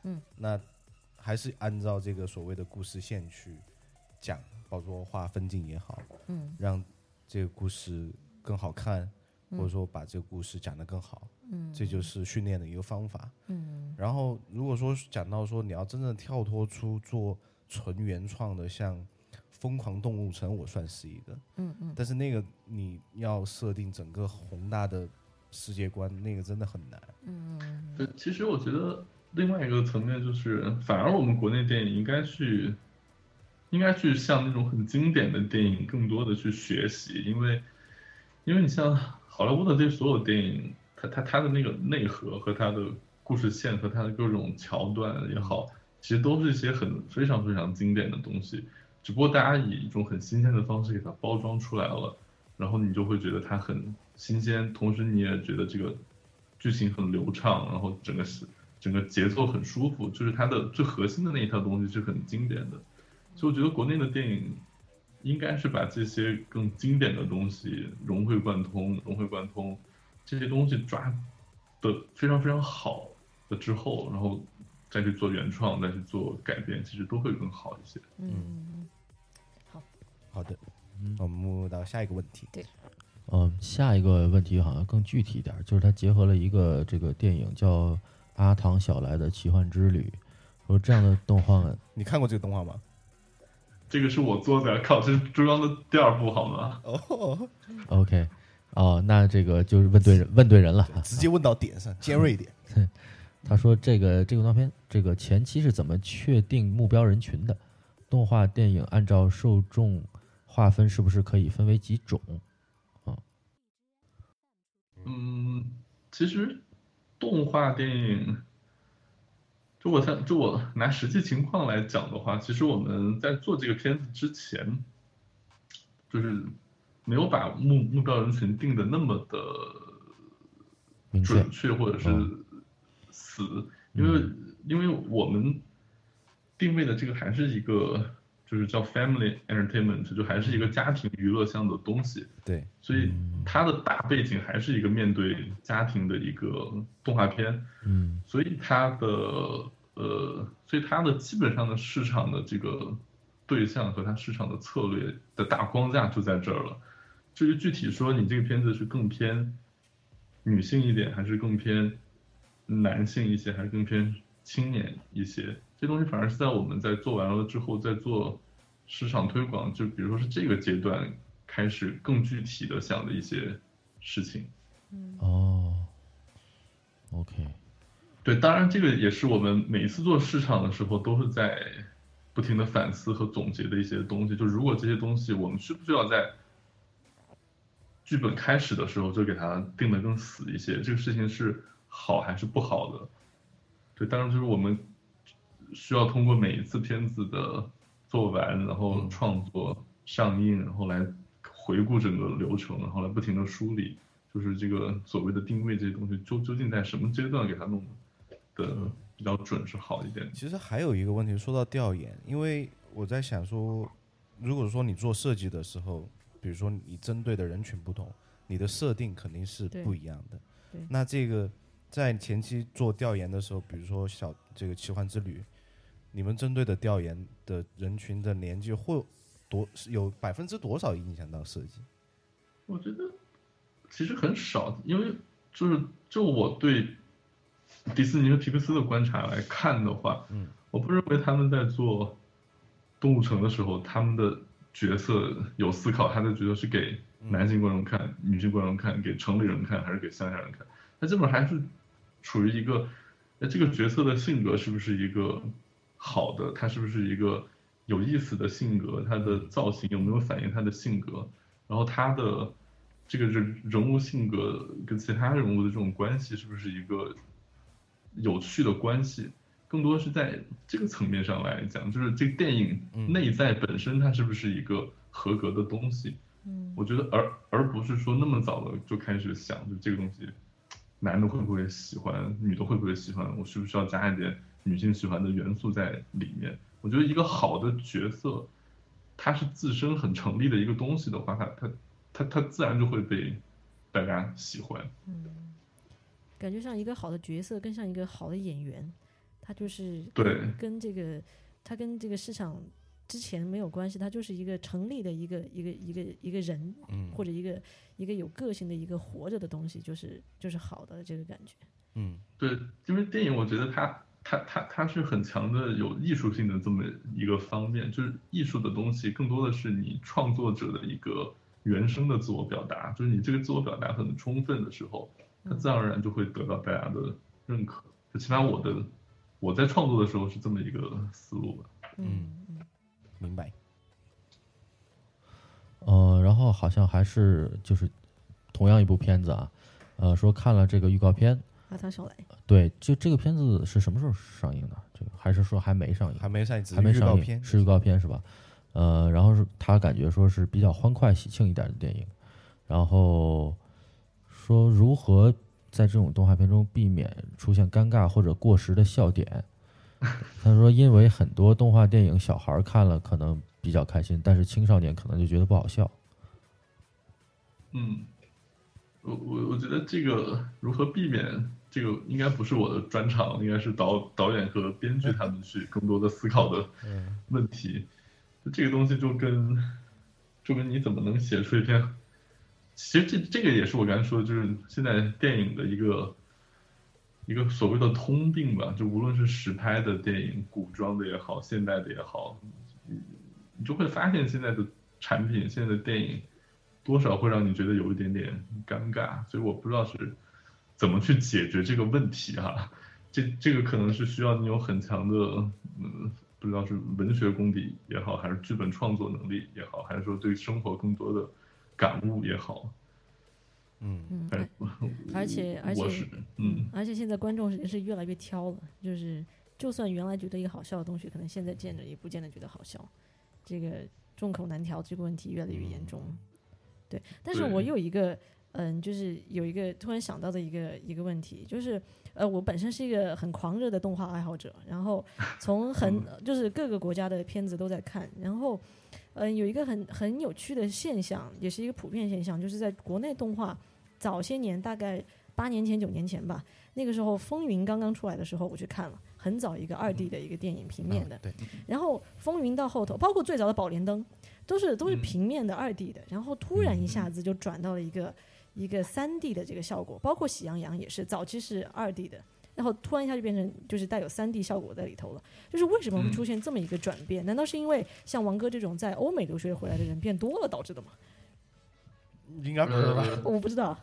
那还是按照这个所谓的故事线去讲，包括画分镜也好，让这个故事更好看，或者说把这个故事讲得更好，这就是训练的一个方法。然后如果说讲到说你要真正跳脱出做纯原创的，像疯狂动物城我算是一个，但是那个你要设定整个宏大的世界观，那个真的很难。 对，其实我觉得另外一个层面就是，反而我们国内电影应该去向那种很经典的电影更多的去学习，因为你像好莱坞的这所有电影，它的那个内核和它的故事线和它的各种桥段也好，其实都是一些非常非常经典的东西，只不过大家以一种很新鲜的方式给它包装出来了，然后你就会觉得它很新鲜，同时你也觉得这个剧情很流畅，然后整个节奏很舒服，就是它的最核心的那一套东西是很经典的。所以我觉得国内的电影应该是把这些更经典的东西融会贯通，这些东西抓的非常非常好了之后，然后再去做原创，再去做改编，其实都会更好一些。 好的，我们目到下一个问题。 对， 下一个问题好像更具体一点，就是它结合了一个这个电影叫《阿唐小来的奇幻之旅》，说这样的动画， 你看过这个动画吗？ 这个是我做的，靠，这是中央的第2部好吗？ OK， 那这个就是问对人了， 直接问到点上，尖锐一点。 他说这个动画片这个前期是怎么确定目标人群的？动画电影按照受众划分是不是可以分为几种？ 其实动画电影，就我拿实际情况来讲的话，其实我们在做这个片子之前，就是没有把目标人群定的那么的准确或者是死，因为我们定位的这个还是一个就是叫 family entertainment， 就还是一个家庭娱乐向的东西。 对， 所以它的大背景还是一个面对家庭的一个动画片。所以它的基本上的市场的这个对象和它市场的策略的大框架就在这儿了。至于具体说你这个片子是更偏女性一点，还是更偏男性一些，还是更偏青年一些，这东西反而是在我们在做完了之后，在做市场推广，就比如说是这个阶段开始更具体的想的一些事情。 OK， 对，当然这个也是我们每一次做市场的时候都是在不停的反思和总结的一些东西。就如果这些东西我们需不需要在剧本开始的时候就给它定得更死一些，这个事情是好还是不好的。对，当然就是我们需要通过每一次片子的做完，然后创作、上映，然后来回顾整个流程，然后来不停的梳理，就是这个所谓的定位这些东西究竟在什么阶段给它弄的比较准是好一点。 其实还有一个问题，说到调研，因为我在想说，如果说你做设计的时候，比如说你针对的人群不同，你的设定肯定是不一样的。那这个在前期做调研的时候，比如说这个奇幻之旅，你们针对的调研的人群的年纪会有%多少影响到设计？ 我觉得其实很少，因为就我对迪士尼和皮克斯的观察来看的话，我不认为他们在做动物城的时候，他们的角色有思考，他的角色是给男性观众看、女性观众看、给城里人看，还是给乡下人看？他基本上还是处于一个，这个角色的性格是不是一个好的？他是不是一个有意思的性格？他的造型有没有反映他的性格？然后他的这个人物性格跟其他人物的这种关系是不是一个有趣的关系？更多是在这个层面上来讲，就是这个电影内在本身它是不是一个合格的东西？我觉得而不是说那么早的就开始想，就这个东西，男的会不会喜欢，女的会不会喜欢，我需不需要加一点女性喜欢的元素在里面？我觉得一个好的角色，它是自身很成立的一个东西的话，它自然就会被大家喜欢。 感觉像一个好的角色，更像一个好的演员。 它就是对跟这个它跟这个市场之前没有关系，它就是一个成立的一个人，或者一个有个性的一个活着的东西，就是好的这个感觉。 对，因为电影我觉得它是很强的有艺术性的这么一个方面，就是艺术的东西更多的是你创作者的一个原生的自我表达，就是你这个自我表达很充分的时候，它自然而然就会得到大家的认可。就起码我在创作的时候是这么一个思路吧。 明白。 然后好像还是就是同样一部片子啊，说看了这个预告片， 阿汤小来， 对，就这个片子是什么时候上映的？这个还是说还没上映？ 还没上映， 还没上映， 预告片是预告片是吧？然后是他感觉说是比较欢快喜庆一点的电影，然后说如何在这种动画片中避免出现尴尬或者过时的笑点。他说，因为很多动画电影小孩看了可能比较开心，但是青少年可能就觉得不好笑。 我觉得这个如何避免这个应该不是我的专长，应该是导演和编剧他们去更多的思考的问题。这个东西就跟你怎么能写出一篇，其实这个也是我刚才说的，就是现在电影的一个所谓的通病吧，就无论是实拍的电影、古装的也好、现代的也好，你就会发现现在的产品、现在的电影多少会让你觉得有一点点尴尬，所以我不知道是怎么去解决这个问题哈。这个可能是需要你有很强的不知道是文学功底也好，还是剧本创作能力也好，还是说对生活更多的感悟也好。 而且现在观众是越来越挑了，就算原来觉得一个好笑的东西，可能现在见着也不见得觉得好笑，这个众口难调这个问题越来越严重。对，但是我有一个就是有一个突然想到的一个问题，就是我本身是一个很狂热的动画爱好者，然后从就是各个国家的片子都在看，然后有一个很有趣的现象，也是一个普遍现象，就是在国内动画早些年，大概8年前9年前吧，那个时候《风云》刚刚出来的时候，我去看了，很早一个2D 的一个电影，平面的。 对。 然后《风云》到后头，包括最早的《宝莲灯》，都是平面的2D 的，然后突然一下子就转到了一个3D 的这个效果，包括《喜羊羊》也是早期是2D 的，然后突然一下就变成就是带有3D 效果在里头了。就是为什么会出现这么一个转变？难道是因为像王哥这种在欧美留学回来的人变多了导致的吗？ 应该不是吧？ 我不知道。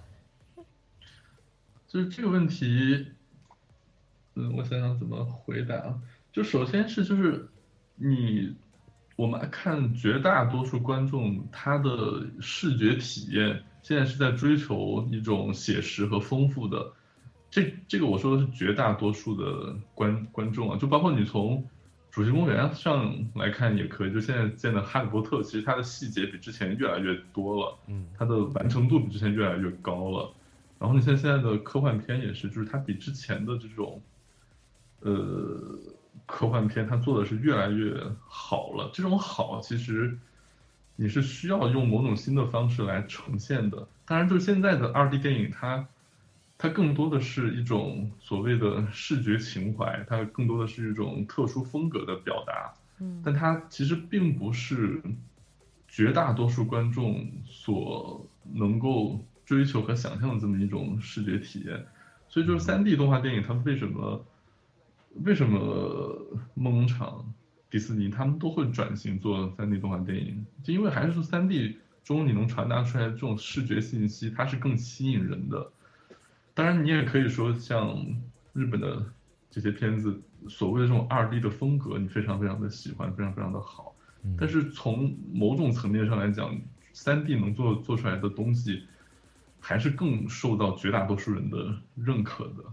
就是这个问题，我想想怎么回答。就首先是就是我们看绝大多数观众他的视觉体验现在是在追求一种写实和丰富的，这个我说的是绝大多数的观众啊，就包括你从主题公园上来看也可以，就现在建的哈利波特，其实它的细节比之前越来越多了，它的完成度比之前越来越高了。然后你现在的科幻片也是，就是它比之前的这种科幻片它做的是越来越好了。这种好其实你是需要用某种新的方式来呈现的。当然，就是现在的2D 电影它更多的是一种所谓的视觉情怀，它更多的是一种特殊风格的表达。但它其实并不是绝大多数观众所能够追求和想象的这么一种视觉体验。所以就是3D 动画电影，他们为什么梦工厂、迪士尼他们都会转型做3D 动画电影，就因为还是说3D 中你能传达出来的这种视觉信息，它是更吸引人的。当然，你也可以说像日本的这些片子，所谓的这种2D 的风格，你非常非常的喜欢，非常非常的好。但是从某种层面上来讲，3D 能做出来的东西，还是更受到绝大多数人的认可的。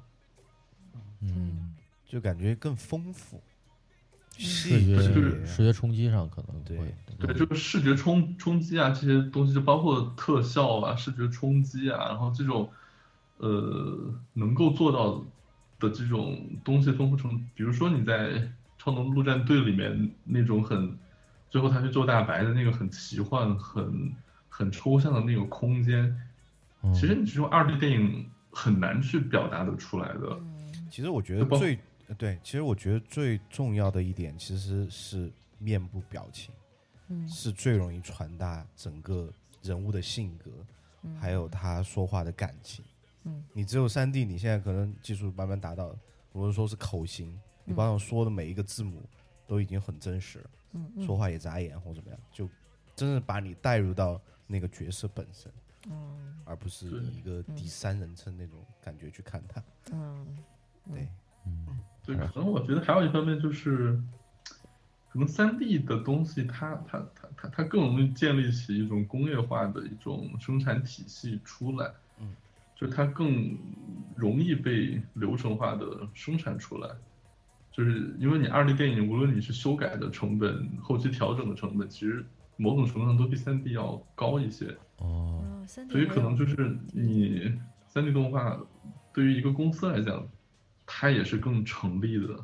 就感觉更丰富。 视觉冲击上可能会对，就是视觉冲击啊，这些东西就包括特效啊、视觉冲击啊，然后这种能够做到的这种东西丰富程度，比如说你在《超能陆战队》里面那种最后他去救大白的那个很奇幻、很抽象的那个空间，其实你这种2D 电影很难去表达得出来的。 其实我觉得对，其实我觉得最重要的一点其实是面部表情，是最容易传达整个人物的性格，还有他说话的感情。你只有3D，你现在可能技术慢慢达到，无论说是口型，你帮我说的每一个字母都已经很真实了，说话也眨眼或怎么样，就真的把你带入到那个角色本身，而不是以一个第三人称那种感觉去看他。对。 对，可能我觉得还有一方面就是，可能3D 的东西它更容易建立起一种工业化的一种生产体系出来，就是它更容易被流程化的生产出来，就是因为你2D 电影，无论你是修改的成本、后期调整的成本，其实某种程度上都比3D 要高一些。所以可能就是你3D 动画对于一个公司来讲，它也是更成立的。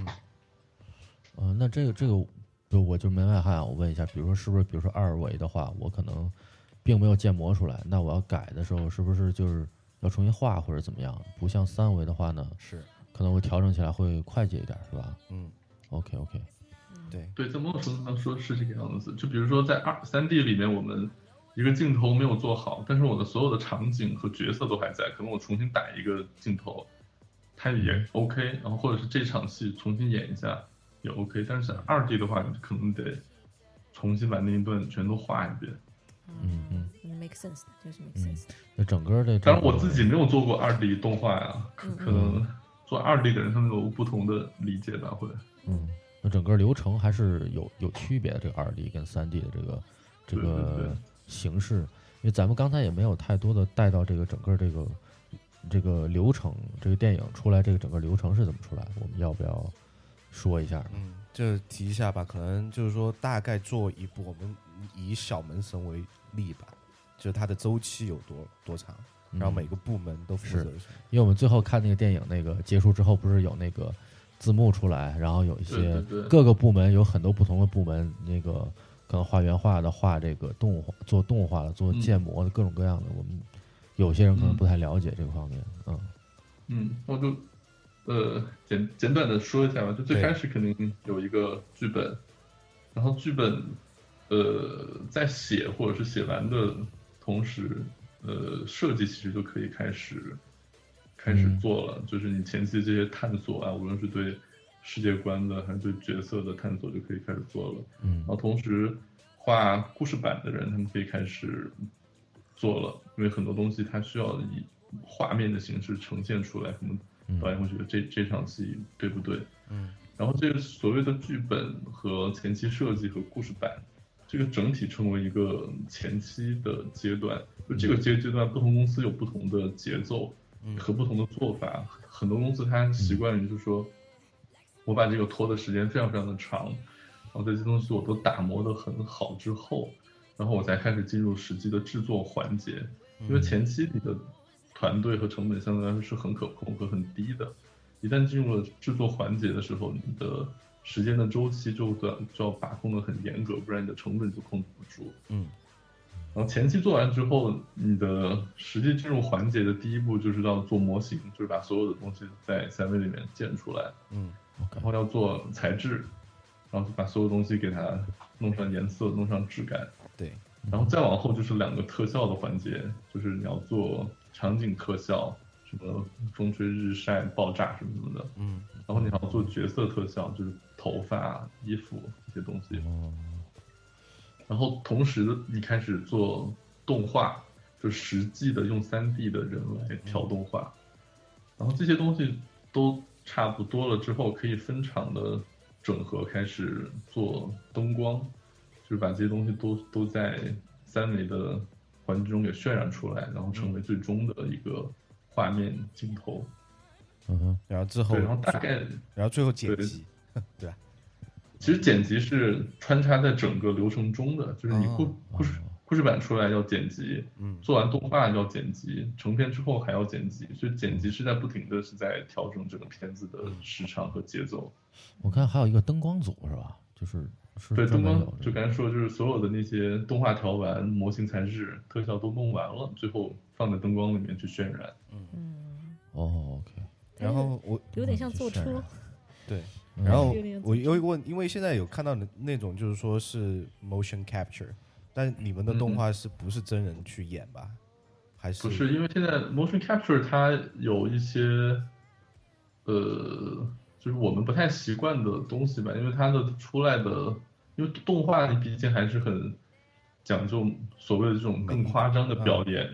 那这个，我就门外汉，我问一下，比如说是不是，比如说2维的话，我可能并没有建模出来，那我要改的时候，是不是就是要重新画或者怎么样？不像3维的话呢， 是可能会调整起来会快捷一点，是吧？OK， 对，在某种程度上说是这个样子。就比如说在3D 里面，我们一个镜头没有做好，但是我的所有的场景和角色都还在，可能我重新打一个镜头，它也 OK， 然后或者是这场戏重新演一下也 OK， 但是 2D 的话，你可能得重新把那一段全都画一遍。 make sense， 就是 make sense。 那整个的， 当然我自己没有做过2D 动画呀，可能做2D 的人他们有不同的理解吧，会。 那整个流程还是有区别的，这个2D 跟3D 的这个形式，因为咱们刚才也没有太多的带到这个整个这个流程，这个电影出来这个整个流程是怎么出来的，我们要不要说一下？ 就提一下吧，可能就是说大概做一部，我们以小门神为例吧，就是它的周期有多长，然后每个部门都负责什么。 因为我们最后看那个电影那个结束之后，不是有那个字幕出来，然后有一些各个部门有很多不同的部门，那个可能画原画的、画这个动画、做动画的、做建模的，各种各样的。我们有些人可能不太了解这个方面。 我就简短的说一下吧。就最开始肯定有一个剧本，然后剧本在写或者是写完的同时，设计其实就可以开始做了，就是你前期这些探索啊，无论是对世界观的还是对角色的探索就可以开始做了。然后同时画故事版的人他们可以开始做了，因为很多东西它需要以画面的形式呈现出来，可能导演会觉得这场戏对不对？然后这个所谓的剧本和前期设计和故事版，这个整体称为一个前期的阶段。就这个阶段，不同公司有不同的节奏和不同的做法。很多公司它习惯于就是说，我把这个拖的时间非常非常的长，然后这些东西我都打磨得很好之后，然后我才开始进入实际的制作环节。因为前期你的团队和成本相对来说是很可控和很低的，一旦进入了制作环节的时候，你的时间的周期就要把控得很严格，不然你的成本就控制不住。然后前期做完之后，你的实际进入环节的第一步就是要做模型，就是把所有的东西在3维里面建出来。然后要做材质，然后把所有东西给它弄上颜色，弄上质感。 对。 然后再往后就是2个特效的环节，就是你要做场景特效，什么风吹日晒、爆炸什么的。然后你还要做角色特效，就是头发、衣服这些东西。然后同时你开始做动画，就实际的用3D 的人来调动画。然后这些东西都差不多了之后，可以分场的整合，开始做灯光，就是把这些东西都在3维的环境中给渲染出来，然后成为最终的一个画面镜头。 然后之后， 然后大概， 然后最后剪辑，对吧？ 其实剪辑是穿插在整个流程中的，就是你故事版出来要剪辑，做完动画要剪辑，成片之后还要剪辑，所以剪辑是在不停的是在调整整个片子的时长和节奏。 我看还有一个灯光组是吧？就是对灯光，就刚才说，就是所有的那些动画调完、模型材质、特效都弄完了，最后放在灯光里面去渲染。 OK。 然后我有点像坐车。 对。 嗯然后有点我有一个问，因为现在有看到那种就是说是 motion capture， 但你们的动画是不是真人去演吧？还是不是？因为现在 motion capture 它有一些就是我们不太习惯的东西吧，因为它的出来的，因为动画你毕竟还是很讲究所谓的这种更夸张的表演，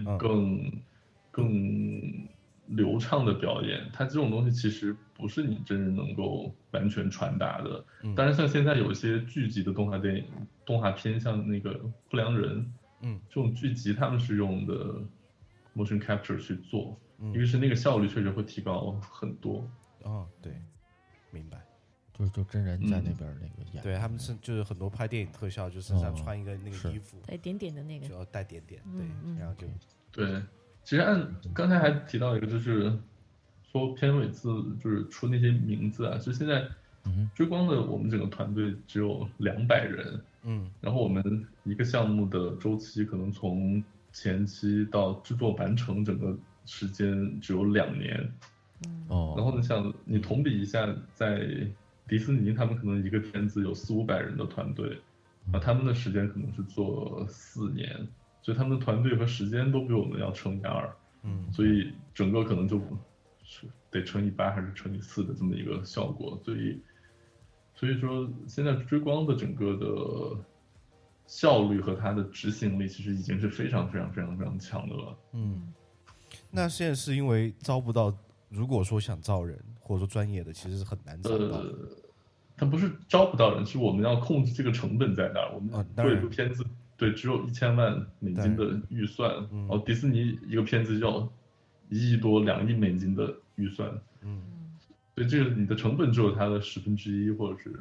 更流畅的表演，它这种东西其实不是你真人能够完全传达的。当然，像现在有一些剧集的动画电影、动画片，像那个《不良人》，这种剧集他们是用的 motion capture 去做，一个是那个效率确实会提高很多。 哦，对，明白。 就真人在那边那个演， 对，他们是就是很多拍电影特效，就身上穿一个那个衣服， 带点点的那个， 就要带点点，对，然后就对。其实刚才还提到一个，就是说片尾字就是出那些名字啊，其实现在追光的我们整个团队只有200人，然后我们一个项目的周期可能从前期到制作完成整个时间只有2年，然后你同比一下，在迪士尼他们可能一个片子有400-500人的团队，他们的时间可能是做4年。所以他们的团队和时间都比我们要乘以2，所以整个可能就是得乘以8还是乘以4的这么一个效果，所以说现在追光的整个的效率和它的执行力其实已经是非常非常非常非常强的了。 那现在是因为招不到，如果说想招人或者说专业的，其实是很难找到的。 它不是招不到人，是我们要控制这个成本在哪儿。我们做一部片子。对，只有1000万美金的预算，然后迪士尼一个片子要1亿多、2亿美金的预算，所以这个你的成本只有它的1/10或者是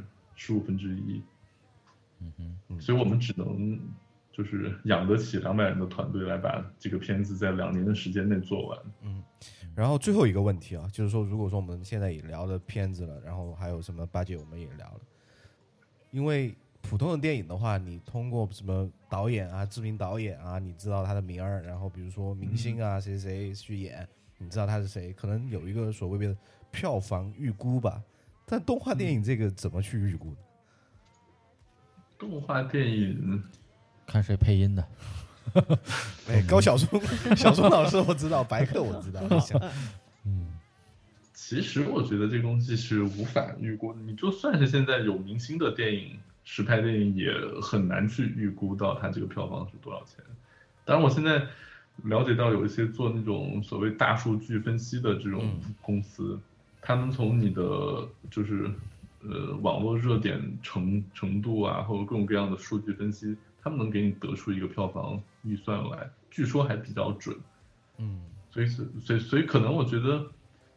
15%，所以我们只能就是养得起200人的团队来把这个片子在2年的时间内做完。 然后最后一个问题啊，就是说，如果说我们现在也聊了片子了，然后还有什么budget我们也聊了，因为普通的电影的话，你通过什么导演啊、知名导演啊，你知道他的名儿，然后比如说明星啊，谁谁去演，你知道他是谁，可能有一个所谓的票房预估吧。但动画电影这个怎么去预估呢？ 动画电影看谁配音的。 高晓松老师我知道，白客我知道。 其实我觉得这个东西是无法预估的，你就算是现在有明星的电影。实拍电影也很难去预估到它这个票房是多少钱。当然，我现在了解到有一些做那种所谓大数据分析的这种公司，他们从你的就是网络热点程度啊，或者各种各样的数据分析，他们能给你得出一个票房预算来，据说还比较准。所以可能我觉得，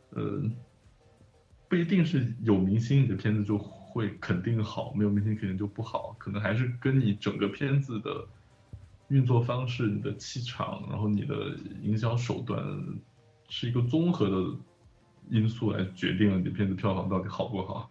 不一定是有明星你的片子就会肯定好，没有明星肯定就不好，可能还是跟你整个片子的运作方式、你的气场，然后你的营销手段，是一个综合的因素来决定了你的片子票房到底好不好。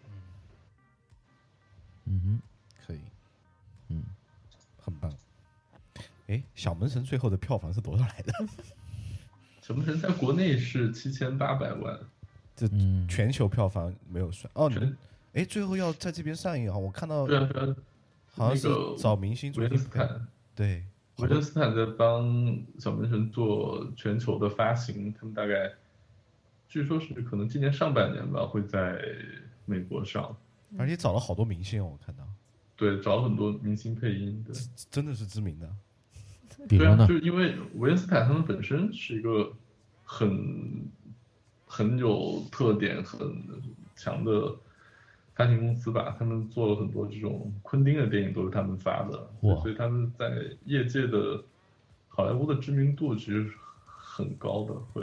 可以，很棒。小门神最后的票房是多少来的？ 小门神在国内是7800万， 这全球票房没有算哦。最后要在这边上映啊！我看到，好像是找明星做。 维恩斯坦， 对， 维恩斯坦在帮小门神做全球的发行，他们大概据说是可能今年上半年吧会在美国上， 而且找了好多明星哦，我看到。对， 找了很多明星配音的， 真的是知名的。 对啊，就是因为维恩斯坦他们本身是一个很有特点、很强的发行公司吧，他们做了很多这种昆汀的电影都是他们发的，所以他们在业界的好莱坞的知名度其实是很高的，会。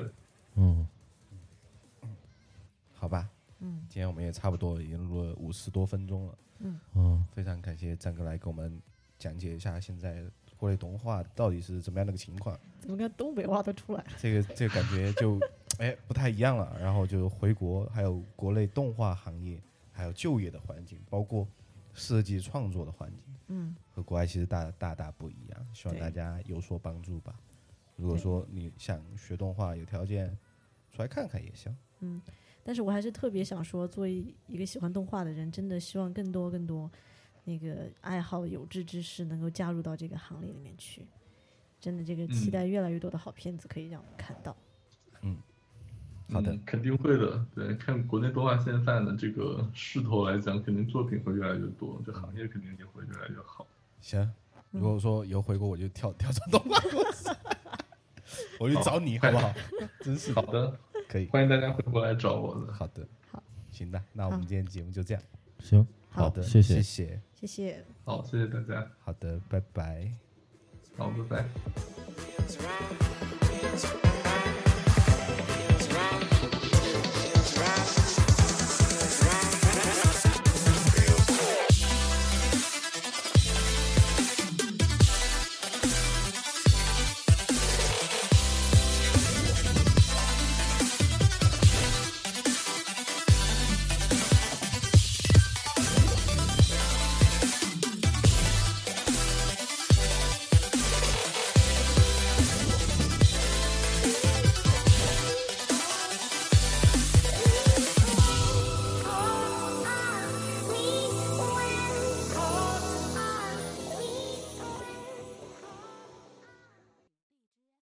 好吧，今天我们也差不多已经录了50多分钟了，非常感谢张哥来给我们讲解一下现在国内动画到底是怎么样的个情况。 怎么跟东北话都出来了？ 这个感觉就不太一样了。然后就回国，还有国内动画行业，还有就业的环境，包括设计创作的环境，和国外其实大不一样。希望大家有所帮助吧。如果说你想学动画，有条件出来看看也行。 但是我还是特别想说，作为一个喜欢动画的人，真的希望更多那个爱好有志之士能够加入到这个行列里面去。真的，这个期待越来越多的好片子可以让我们看到。 好的， 肯定会的。对，看国内动画现在的这个势头来讲，肯定作品会越来越多，这行业肯定也会越来越好。 行，如果说以后回国，我就跳转动画公司，我去找你好不好？真是好的， 可以， 欢迎大家回国来找我的。 好的， 好， 行的，那我们今天节目就这样。 行， 好的， 谢谢谢谢。 好，谢谢大家。 好的，拜拜。 好，拜拜。